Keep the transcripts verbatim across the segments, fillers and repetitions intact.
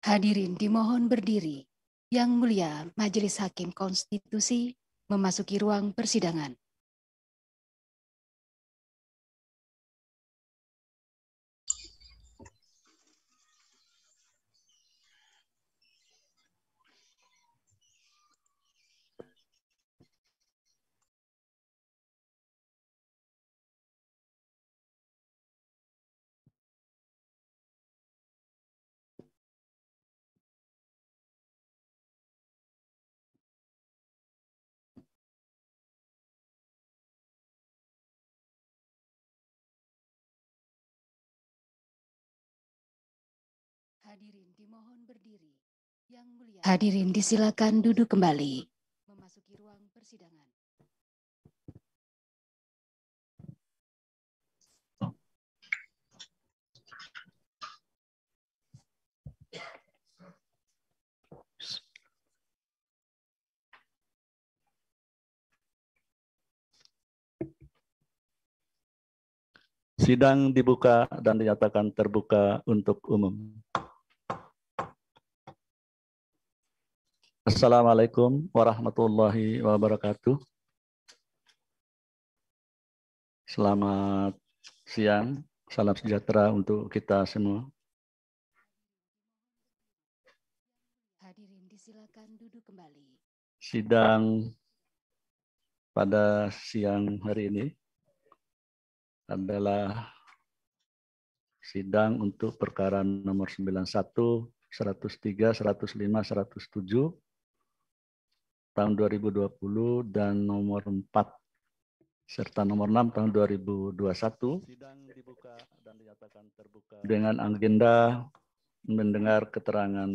Hadirin dimohon berdiri. Yang Mulia Majelis Hakim Konstitusi memasuki ruang persidangan. Hadirin dimohon berdiri. Yang Mulia Hadirin disilakan duduk kembali. Memasuki ruang persidangan. Sidang dibuka dan dinyatakan terbuka untuk umum. Assalamualaikum warahmatullahi wabarakatuh. Selamat siang, salam sejahtera untuk kita semua. Hadirin disilakan duduk kembali. Sidang pada siang hari ini adalah sidang untuk perkara nomor sembilan puluh satu, seratus tiga, seratus lima, seratus tujuh tahun dua ribu dua puluh dan nomor empat serta nomor enam tahun dua ribu dua puluh satu. Sidang dibuka dan dinyatakan terbuka dengan agenda mendengar keterangan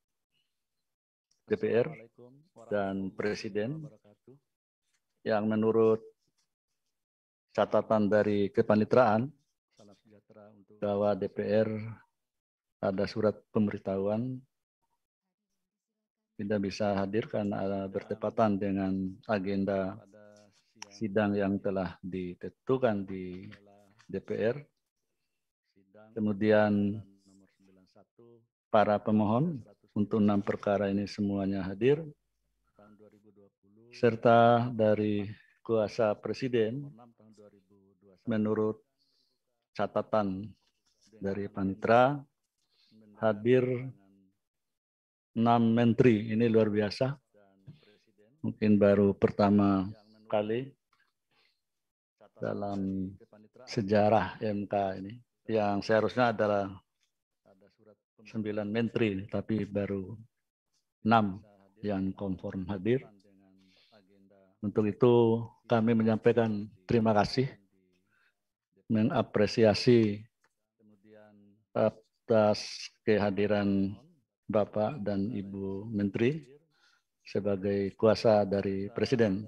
D P R dan Presiden yang menurut catatan dari kepaniteraan bahwa D P R ada surat pemberitahuan tidak bisa hadir karena bertepatan dengan agenda sidang yang telah ditentukan di D P R. Kemudian para pemohon untuk enam perkara ini semuanya hadir, serta dari kuasa Presiden menurut catatan dari Panitra hadir enam menteri. Ini luar biasa, mungkin baru pertama kali dalam sejarah M K ini, yang seharusnya adalah sembilan menteri, tapi baru enam yang konform hadir. Untuk itu kami menyampaikan terima kasih, mengapresiasi atas kehadiran Bapak dan Ibu Menteri sebagai kuasa dari Presiden.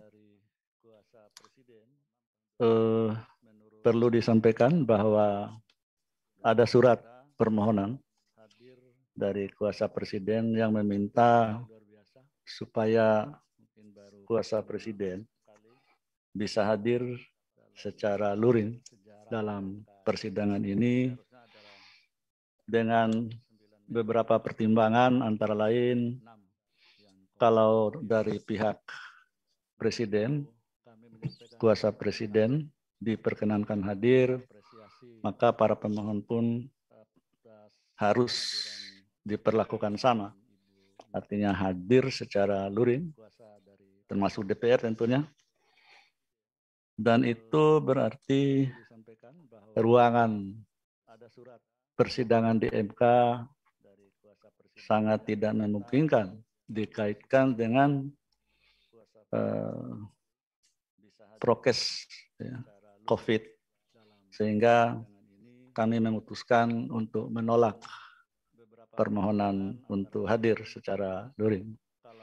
Eh, perlu disampaikan bahwa ada surat permohonan dari kuasa Presiden yang meminta supaya kuasa Presiden bisa hadir secara luring dalam persidangan ini dengan beberapa pertimbangan, antara lain kalau dari pihak Presiden, kuasa Presiden diperkenankan hadir, maka para pemohon pun harus diperlakukan sama. Artinya hadir secara luring, termasuk D P R tentunya. Dan itu berarti ruangan persidangan di M K sangat tidak memungkinkan dikaitkan dengan uh, prokes ya, COVID, sehingga kami memutuskan untuk menolak permohonan untuk hadir secara luring.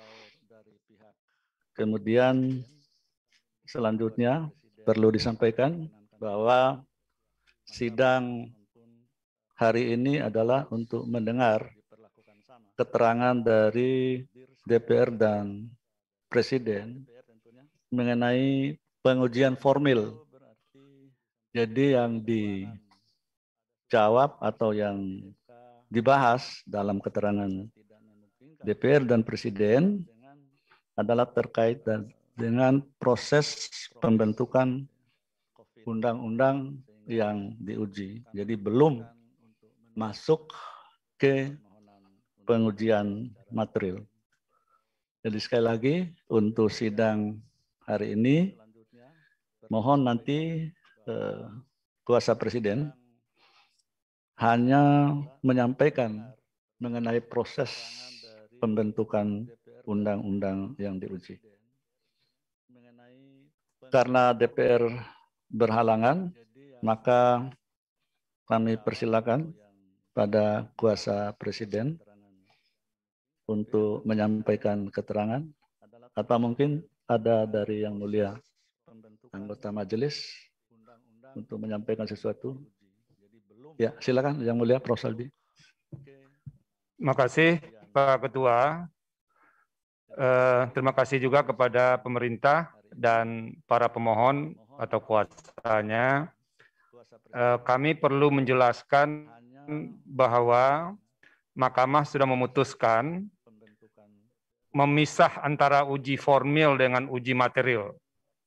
Kemudian selanjutnya perlu disampaikan bahwa sidang hari ini adalah untuk mendengar keterangan dari D P R dan Presiden mengenai pengujian formil. Jadi yang dijawab atau yang dibahas dalam keterangan D P R dan Presiden adalah terkait dan dengan proses pembentukan undang-undang yang diuji. Jadi belum masuk ke pengujian material. Jadi sekali lagi untuk sidang hari ini, mohon nanti eh, kuasa Presiden hanya menyampaikan mengenai proses pembentukan undang-undang yang diuji. Karena D P R berhalangan, maka kami persilakan pada kuasa Presiden untuk menyampaikan keterangan, atau mungkin ada dari Yang Mulia anggota majelis untuk menyampaikan sesuatu. Ya, silakan Yang Mulia Prof Saldi. Terima kasih Pak Ketua. Eh, terima kasih juga kepada pemerintah dan para pemohon atau kuasanya. Eh, kami perlu menjelaskan bahwa Mahkamah sudah memutuskan memisah antara uji formil dengan uji material.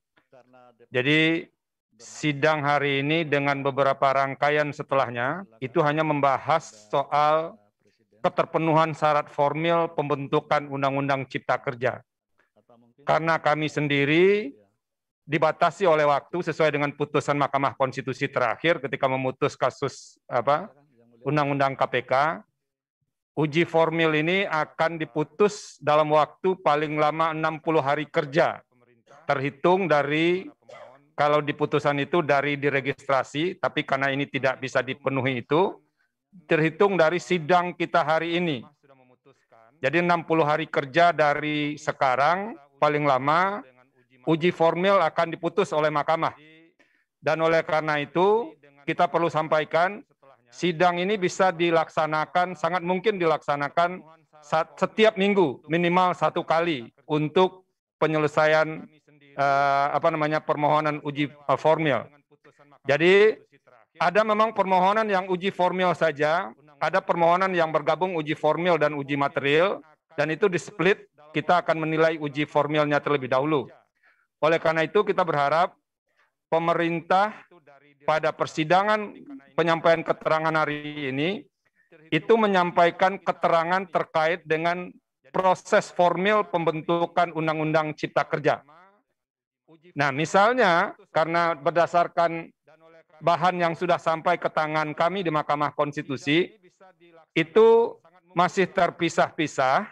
Jadi sidang hari ini dengan beberapa rangkaian setelahnya itu hanya membahas soal keterpenuhan syarat formil pembentukan Undang-Undang Cipta Kerja. Karena kami sendiri dibatasi oleh waktu sesuai dengan putusan Mahkamah Konstitusi terakhir ketika memutus kasus apa Undang-Undang K P K, uji formil ini akan diputus dalam waktu paling lama enam puluh hari kerja, terhitung dari kalau di putusan itu dari diregistrasi, tapi karena ini tidak bisa dipenuhi itu, terhitung dari sidang kita hari ini. Jadi enam puluh hari kerja dari sekarang, paling lama, uji formil akan diputus oleh Mahkamah. Dan oleh karena itu, kita perlu sampaikan, sidang ini bisa dilaksanakan, sangat mungkin dilaksanakan setiap minggu, minimal satu kali, untuk penyelesaian eh, apa namanya permohonan uji uh, formil. Jadi, ada memang permohonan yang uji formil saja, ada permohonan yang bergabung uji formil dan uji material, dan itu di-split, kita akan menilai uji formilnya terlebih dahulu. Oleh karena itu kita berharap pemerintah pada persidangan penyampaian keterangan hari ini, itu menyampaikan keterangan terkait dengan proses formil pembentukan Undang-Undang Cipta Kerja. Nah, misalnya karena berdasarkan bahan yang sudah sampai ke tangan kami di Mahkamah Konstitusi, itu masih terpisah-pisah.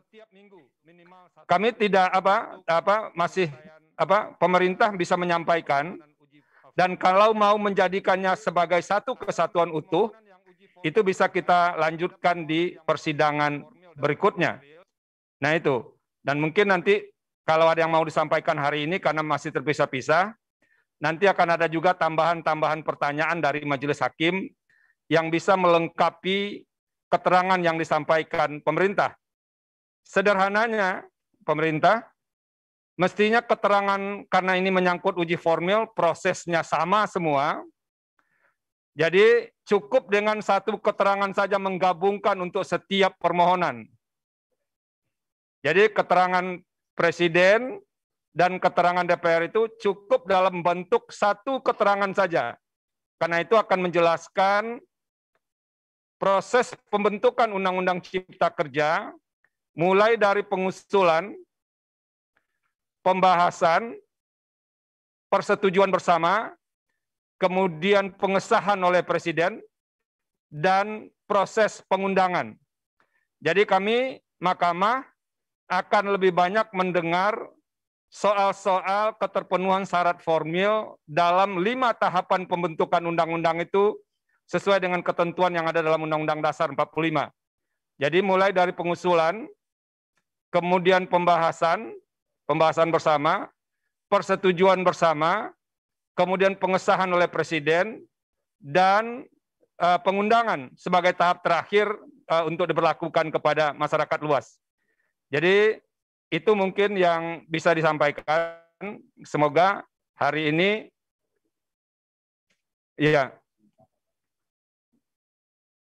Kami tidak apa apa masih apa pemerintah bisa menyampaikan, dan kalau mau menjadikannya sebagai satu kesatuan utuh, itu bisa kita lanjutkan di persidangan berikutnya. Nah itu, dan mungkin nanti kalau ada yang mau disampaikan hari ini karena masih terpisah-pisah, nanti akan ada juga tambahan-tambahan pertanyaan dari majelis hakim yang bisa melengkapi keterangan yang disampaikan pemerintah. Sederhananya, pemerintah, mestinya keterangan karena ini menyangkut uji formil, prosesnya sama semua. Jadi cukup dengan satu keterangan saja menggabungkan untuk setiap permohonan. Jadi keterangan Presiden dan keterangan D P R itu cukup dalam bentuk satu keterangan saja. Karena itu akan menjelaskan proses pembentukan Undang-Undang Cipta Kerja, mulai dari pengusulan, pembahasan, persetujuan bersama, kemudian pengesahan oleh Presiden, dan proses pengundangan. Jadi kami, Mahkamah, akan lebih banyak mendengar soal-soal keterpenuhan syarat formil dalam lima tahapan pembentukan undang-undang itu sesuai dengan ketentuan yang ada dalam Undang-Undang Dasar empat puluh lima. Jadi mulai dari pengusulan, kemudian pembahasan, pembahasan bersama, persetujuan bersama, kemudian pengesahan oleh Presiden, dan uh, pengundangan sebagai tahap terakhir uh, untuk diberlakukan kepada masyarakat luas. Jadi itu mungkin yang bisa disampaikan. Semoga hari ini, ya,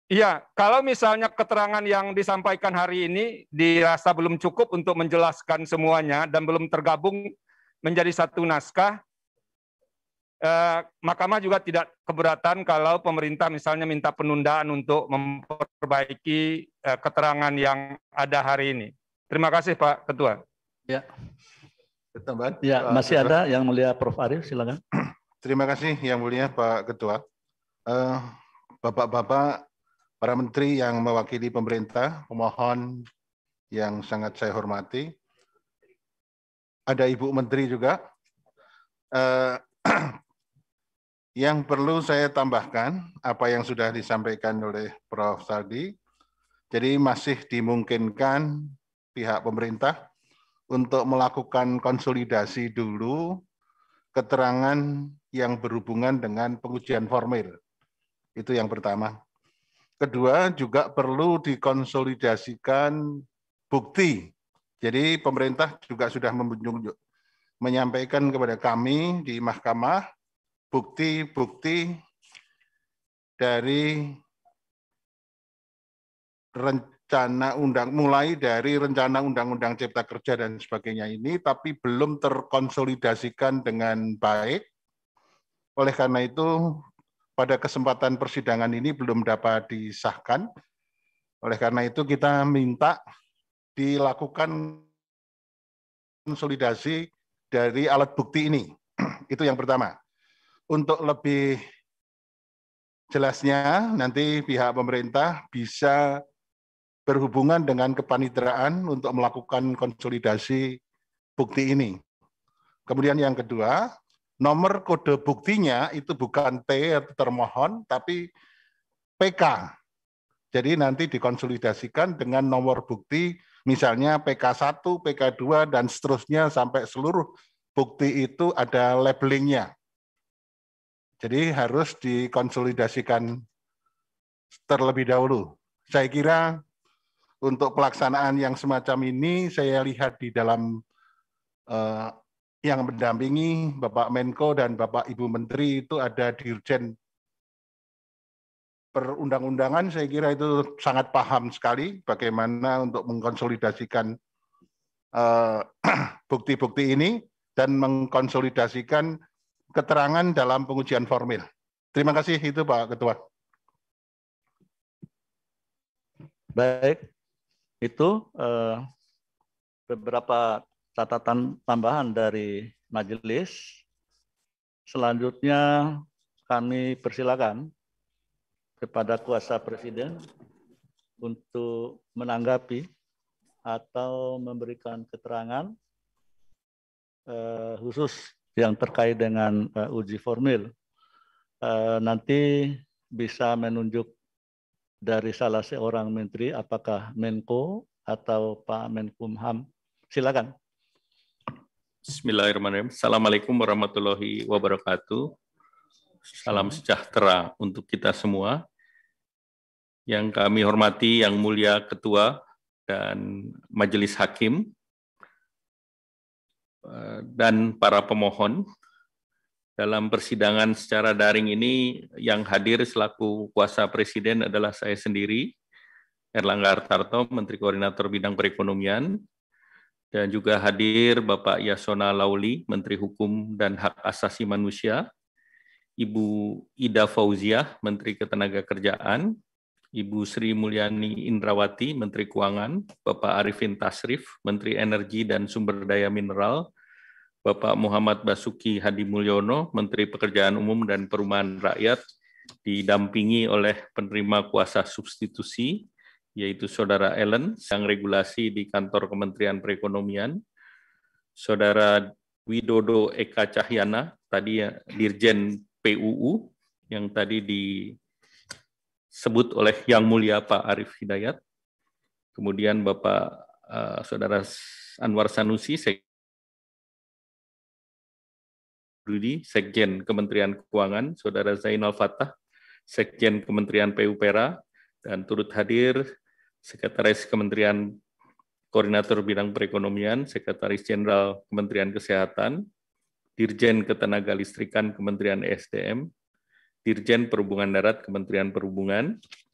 Iya, kalau misalnya keterangan yang disampaikan hari ini dirasa belum cukup untuk menjelaskan semuanya dan belum tergabung menjadi satu naskah, eh, Mahkamah juga tidak keberatan kalau pemerintah misalnya minta penundaan untuk memperbaiki eh, keterangan yang ada hari ini. Terima kasih Pak Ketua. Ya, Tambahan, ya Pak masih Ketua. ada yang mulia Prof Arief, silakan. Terima kasih yang mulia Pak Ketua. Eh, Bapak-bapak, para menteri yang mewakili pemerintah, pemohon yang sangat saya hormati, ada Ibu Menteri juga. Eh, yang perlu saya tambahkan apa yang sudah disampaikan oleh Prof Saldi. Jadi masih dimungkinkan pihak pemerintah untuk melakukan konsolidasi dulu keterangan yang berhubungan dengan pengujian formil. Itu yang pertama. Kedua, juga perlu dikonsolidasikan bukti. Jadi pemerintah juga sudah menyampaikan kepada kami di Mahkamah bukti-bukti dari rencana undang, mulai dari rencana undang-undang Cipta Kerja dan sebagainya ini, tapi belum terkonsolidasikan dengan baik. Oleh karena itu, pada kesempatan persidangan ini belum dapat disahkan. Oleh karena itu kita minta dilakukan konsolidasi dari alat bukti ini. Itu yang pertama. Untuk lebih jelasnya, nanti pihak pemerintah bisa berhubungan dengan kepanitraan untuk melakukan konsolidasi bukti ini. Kemudian yang kedua, nomor kode buktinya itu bukan T atau termohon, tapi P K. Jadi nanti dikonsolidasikan dengan nomor bukti, misalnya P K satu, P K dua, dan seterusnya sampai seluruh bukti itu ada labelingnya. Jadi harus dikonsolidasikan terlebih dahulu. Saya kira untuk pelaksanaan yang semacam ini, saya lihat di dalam eh, yang mendampingi Bapak Menko dan Bapak Ibu Menteri itu ada Dirjen Perundang-undangan, saya kira itu sangat paham sekali bagaimana untuk mengkonsolidasikan bukti-bukti uh, ini dan mengkonsolidasikan keterangan dalam pengujian formil. Terima kasih itu Pak Ketua. Baik, itu uh, beberapa catatan tambahan dari majelis. Selanjutnya kami persilakan kepada kuasa Presiden untuk menanggapi atau memberikan keterangan uh, khusus yang terkait dengan uh, uji formil. Uh, nanti bisa menunjuk dari salah seorang menteri, apakah Menko atau Pak Menkumham. Silakan. Bismillahirrahmanirrahim. Assalamualaikum warahmatullahi wabarakatuh. Salam sejahtera untuk kita semua. Yang kami hormati Yang Mulia Ketua dan Majelis Hakim dan para pemohon. Dalam persidangan secara daring ini yang hadir selaku kuasa Presiden adalah saya sendiri, Erlangga Hartarto, Menteri Koordinator Bidang Perekonomian, dan juga hadir Bapak Yasona Lauli, Menteri Hukum dan Hak Asasi Manusia, Ibu Ida Fauziah, Menteri Ketenagakerjaan, Ibu Sri Mulyani Indrawati, Menteri Keuangan, Bapak Arifin Tasrif, Menteri Energi dan Sumber Daya Mineral, Bapak Muhammad Basuki Hadi Mulyono, Menteri Pekerjaan Umum dan Perumahan Rakyat, didampingi oleh penerima kuasa substitusi, yaitu Saudara Ellen, yang regulasi di kantor Kementerian Perekonomian, Saudara Widodo Eka Cahyana, tadi ya, Dirjen P U U, yang tadi disebut oleh Yang Mulia Pak Arief Hidayat, kemudian Bapak uh, Saudara Anwar Sanusi, Rudi, Sekjen Kementerian Keuangan, Saudara Zainal Fatah, Sekjen Kementerian P U P E R A, dan turut hadir Sekretaris Kementerian Koordinator Bidang Perekonomian, Sekretaris Jenderal Kementerian Kesehatan, Dirjen Ketenagalistrikan Kementerian E S D M, Dirjen Perhubungan Darat Kementerian Perhubungan,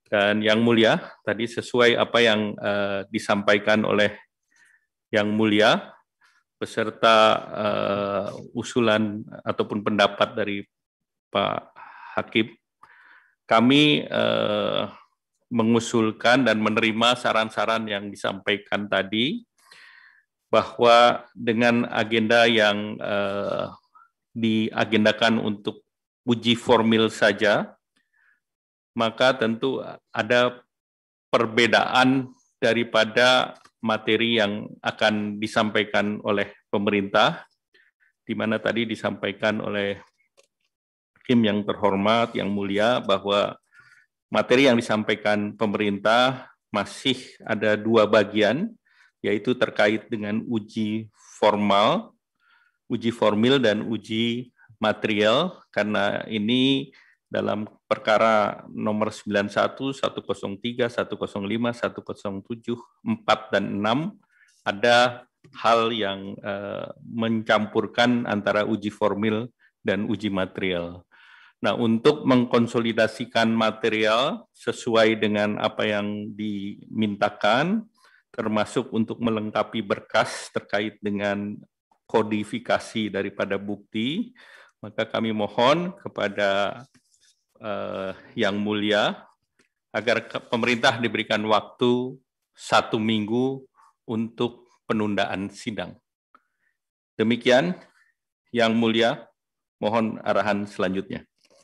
Dan Yang Mulia, tadi sesuai apa yang uh, disampaikan oleh Yang Mulia, beserta uh, usulan ataupun pendapat dari Pak Hakim, kami uh, mengusulkan dan menerima saran-saran yang disampaikan tadi, bahwa dengan agenda yang uh, diagendakan untuk uji formil saja, maka tentu ada perbedaan daripada materi yang akan disampaikan oleh pemerintah, di mana tadi disampaikan oleh Hakim yang terhormat, yang mulia, bahwa materi yang disampaikan pemerintah masih ada dua bagian, yaitu terkait dengan uji formal, uji formil, dan uji material, karena ini dalam perkara nomor sembilan puluh satu, seratus tiga, seratus lima, seratus tujuh, empat, dan enam, ada hal yang uh, mencampurkan antara uji formil dan uji material. Nah, untuk mengkonsolidasikan material sesuai dengan apa yang dimintakan, termasuk untuk melengkapi berkas terkait dengan kodifikasi daripada bukti, maka kami mohon kepada uh, Yang Mulia agar pemerintah diberikan waktu satu minggu untuk penundaan sidang. Demikian, Yang Mulia, mohon arahan selanjutnya.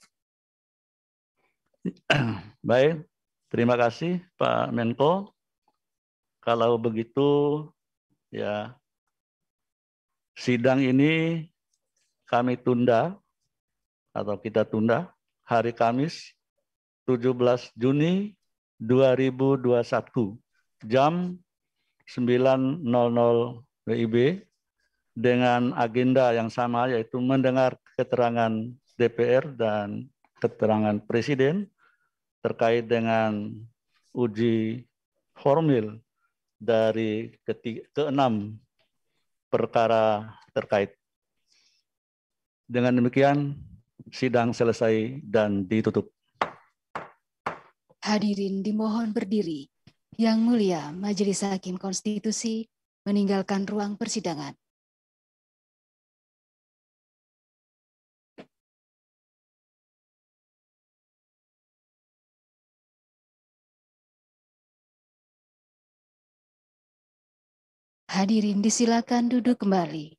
Baik, terima kasih Pak Menko. Kalau begitu, ya sidang ini kami tunda atau kita tunda hari Kamis tujuh belas Juni dua ribu dua puluh satu jam sembilan nol nol W I B dengan agenda yang sama, yaitu mendengar keterangan D P R dan keterangan Presiden terkait dengan uji formil dari ketiga, keenam perkara terkait. Dengan demikian, sidang selesai dan ditutup. Hadirin dimohon berdiri. Yang Mulia Majelis Hakim Konstitusi meninggalkan ruang persidangan. Hadirin disilakan duduk kembali.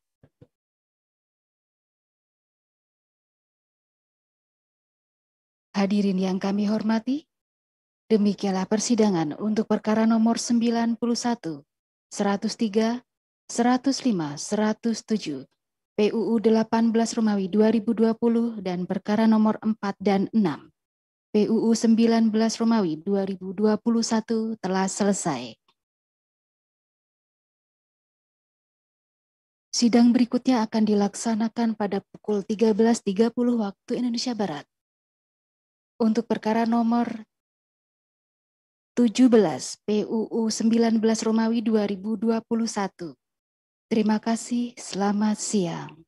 Hadirin yang kami hormati, demikianlah persidangan untuk perkara nomor sembilan puluh satu, seratus tiga, seratus lima, seratus tujuh, P U U delapan belas Romawi dua ribu dua puluh dan perkara nomor empat dan enam, P U U sembilan belas Romawi dua ribu dua puluh satu telah selesai. Sidang berikutnya akan dilaksanakan pada pukul tiga belas tiga puluh waktu Indonesia Barat. Untuk perkara nomor tujuh belas P U U sembilan belas Romawi dua ribu dua puluh satu. Terima kasih, selamat siang.